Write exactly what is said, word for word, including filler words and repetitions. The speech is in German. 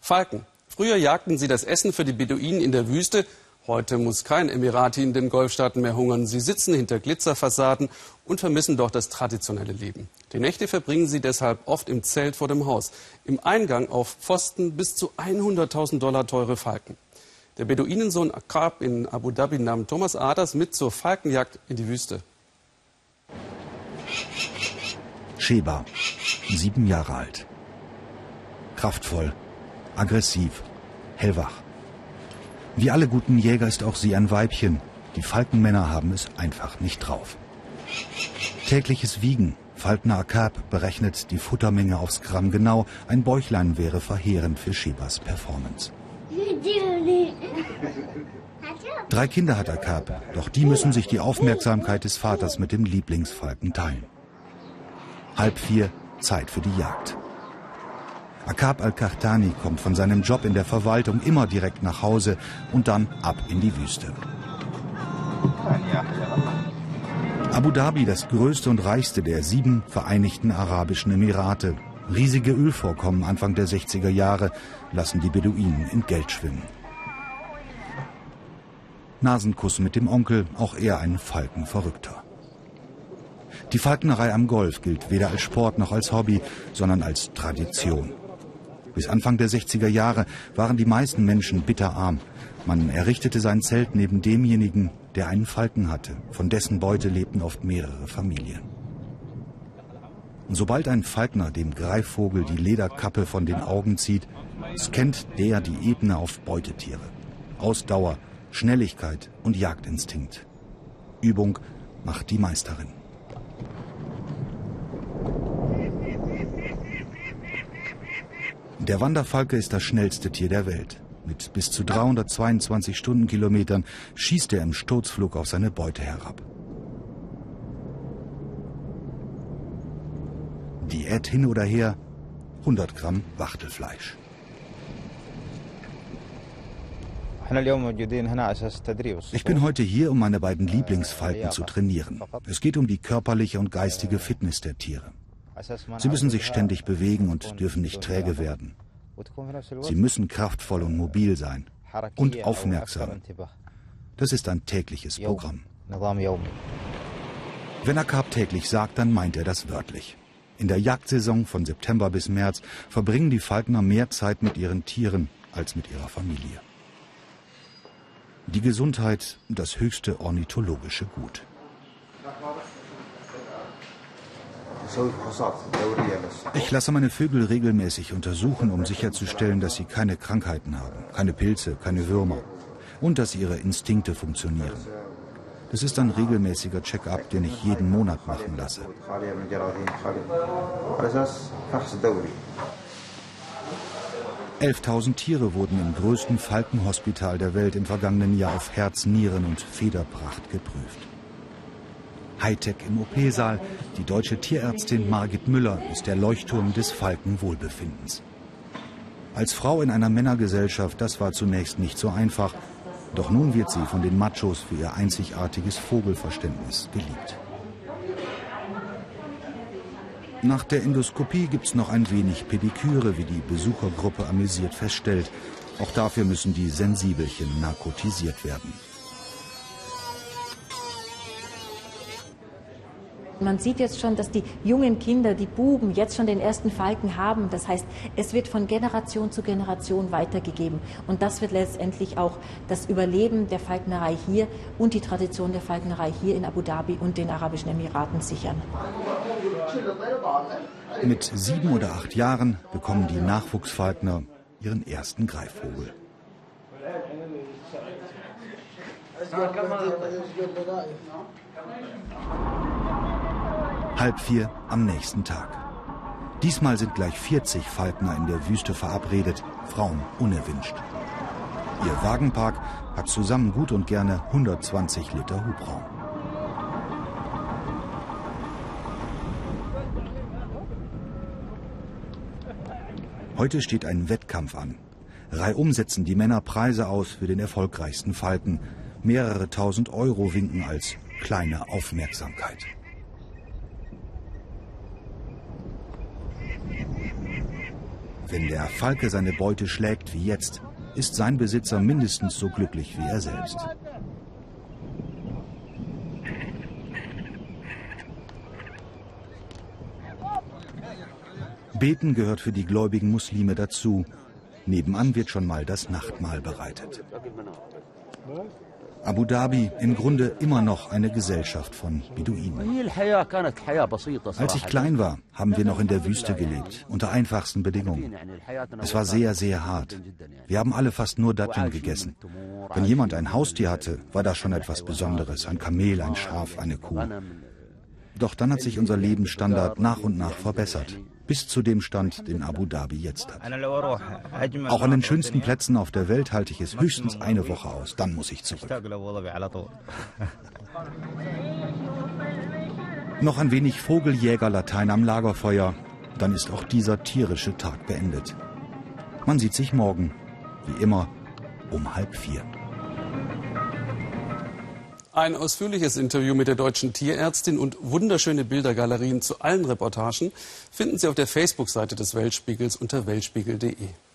Falken. Früher jagten sie das Essen für die Beduinen in der Wüste. Heute muss kein Emirati in den Golfstaaten mehr hungern. Sie sitzen hinter Glitzerfassaden und vermissen doch das traditionelle Leben. Die Nächte verbringen sie deshalb oft im Zelt vor dem Haus. Im Eingang auf Pfosten bis zu hunderttausend Dollar teure Falken. Der Beduinensohn Akab in Abu Dhabi nahm Thomas Aders mit zur Falkenjagd in die Wüste. Sheba, sieben Jahre alt. Kraftvoll, aggressiv, hellwach. Wie alle guten Jäger ist auch sie ein Weibchen. Die Falkenmänner haben es einfach nicht drauf. Tägliches Wiegen. Falkner Akab berechnet die Futtermenge aufs Gramm genau. Ein Bäuchlein wäre verheerend für Shebas Performance. Drei Kinder hat Akab, doch die müssen sich die Aufmerksamkeit des Vaters mit dem Lieblingsfalken teilen. Halb vier, Zeit für die Jagd. Akab al-Qahtani kommt von seinem Job in der Verwaltung immer direkt nach Hause und dann ab in die Wüste. Abu Dhabi, das größte und reichste der sieben Vereinigten Arabischen Emirate. Riesige Ölvorkommen Anfang der sechziger Jahre lassen die Beduinen in Geld schwimmen. Nasenkuss mit dem Onkel, auch er ein Falkenverrückter. Die Falknerei am Golf gilt weder als Sport noch als Hobby, sondern als Tradition. Bis Anfang der sechziger Jahre waren die meisten Menschen bitterarm. Man errichtete sein Zelt neben demjenigen, der einen Falken hatte. Von dessen Beute lebten oft mehrere Familien. Und sobald ein Falkner dem Greifvogel die Lederkappe von den Augen zieht, scannt der die Ebene auf Beutetiere. Ausdauer, Schnelligkeit und Jagdinstinkt. Übung macht die Meisterin. Der Wanderfalke ist das schnellste Tier der Welt. Mit bis zu dreihundertzweiundzwanzig Stundenkilometern schießt er im Sturzflug auf seine Beute herab. Diät hin oder her, hundert Gramm Wachtelfleisch. Ich bin heute hier, um meine beiden Lieblingsfalken zu trainieren. Es geht um die körperliche und geistige Fitness der Tiere. Sie müssen sich ständig bewegen und dürfen nicht träge werden. Sie müssen kraftvoll und mobil sein und aufmerksam. Das ist ein tägliches Programm. Wenn Akab täglich sagt, dann meint er das wörtlich. In der Jagdsaison von September bis März verbringen die Falkner mehr Zeit mit ihren Tieren als mit ihrer Familie. Die Gesundheit, das höchste ornithologische Gut. Ich lasse meine Vögel regelmäßig untersuchen, um sicherzustellen, dass sie keine Krankheiten haben, keine Pilze, keine Würmer und dass ihre Instinkte funktionieren. Das ist ein regelmäßiger Check-up, den ich jeden Monat machen lasse. elftausend Tiere wurden im größten Falkenhospital der Welt im vergangenen Jahr auf Herz, Nieren und Federpracht geprüft. Hightech im O P-Saal. Die deutsche Tierärztin Margit Müller ist der Leuchtturm des Falkenwohlbefindens. Als Frau in einer Männergesellschaft, das war zunächst nicht so einfach. Doch nun wird sie von den Machos für ihr einzigartiges Vogelverständnis geliebt. Nach der Endoskopie gibt's noch ein wenig Pediküre, wie die Besuchergruppe amüsiert feststellt. Auch dafür müssen die Sensibelchen narkotisiert werden. Man sieht jetzt schon, dass die jungen Kinder, die Buben, jetzt schon den ersten Falken haben. Das heißt, es wird von Generation zu Generation weitergegeben. Und das wird letztendlich auch das Überleben der Falknerei hier und die Tradition der Falknerei hier in Abu Dhabi und den Arabischen Emiraten sichern. Mit sieben oder acht Jahren bekommen die Nachwuchsfalkner ihren ersten Greifvogel. Halb vier am nächsten Tag. Diesmal sind gleich vierzig Falkner in der Wüste verabredet, Frauen unerwünscht. Ihr Wagenpark hat zusammen gut und gerne hundertzwanzig Liter Hubraum. Heute steht ein Wettkampf an. Reihum setzen die Männer Preise aus für den erfolgreichsten Falken. Mehrere tausend Euro winken als kleine Aufmerksamkeit. Wenn der Falke seine Beute schlägt wie jetzt, ist sein Besitzer mindestens so glücklich wie er selbst. Beten gehört für die gläubigen Muslime dazu. Nebenan wird schon mal das Nachtmahl bereitet. Abu Dhabi, im Grunde immer noch eine Gesellschaft von Beduinen. Als ich klein war, haben wir noch in der Wüste gelebt, unter einfachsten Bedingungen. Es war sehr, sehr hart. Wir haben alle fast nur Datteln gegessen. Wenn jemand ein Haustier hatte, war das schon etwas Besonderes, ein Kamel, ein Schaf, eine Kuh. Doch dann hat sich unser Lebensstandard nach und nach verbessert, bis zu dem Stand, den Abu Dhabi jetzt hat. Auch an den schönsten Plätzen auf der Welt halte ich es höchstens eine Woche aus, dann muss ich zurück. Noch ein wenig Vogeljägerlatein am Lagerfeuer, dann ist auch dieser tierische Tag beendet. Man sieht sich morgen, wie immer, um halb vier. Ein ausführliches Interview mit der deutschen Tierärztin und wunderschöne Bildergalerien zu allen Reportagen finden Sie auf der Facebook-Seite des Weltspiegels unter weltspiegel punkt de.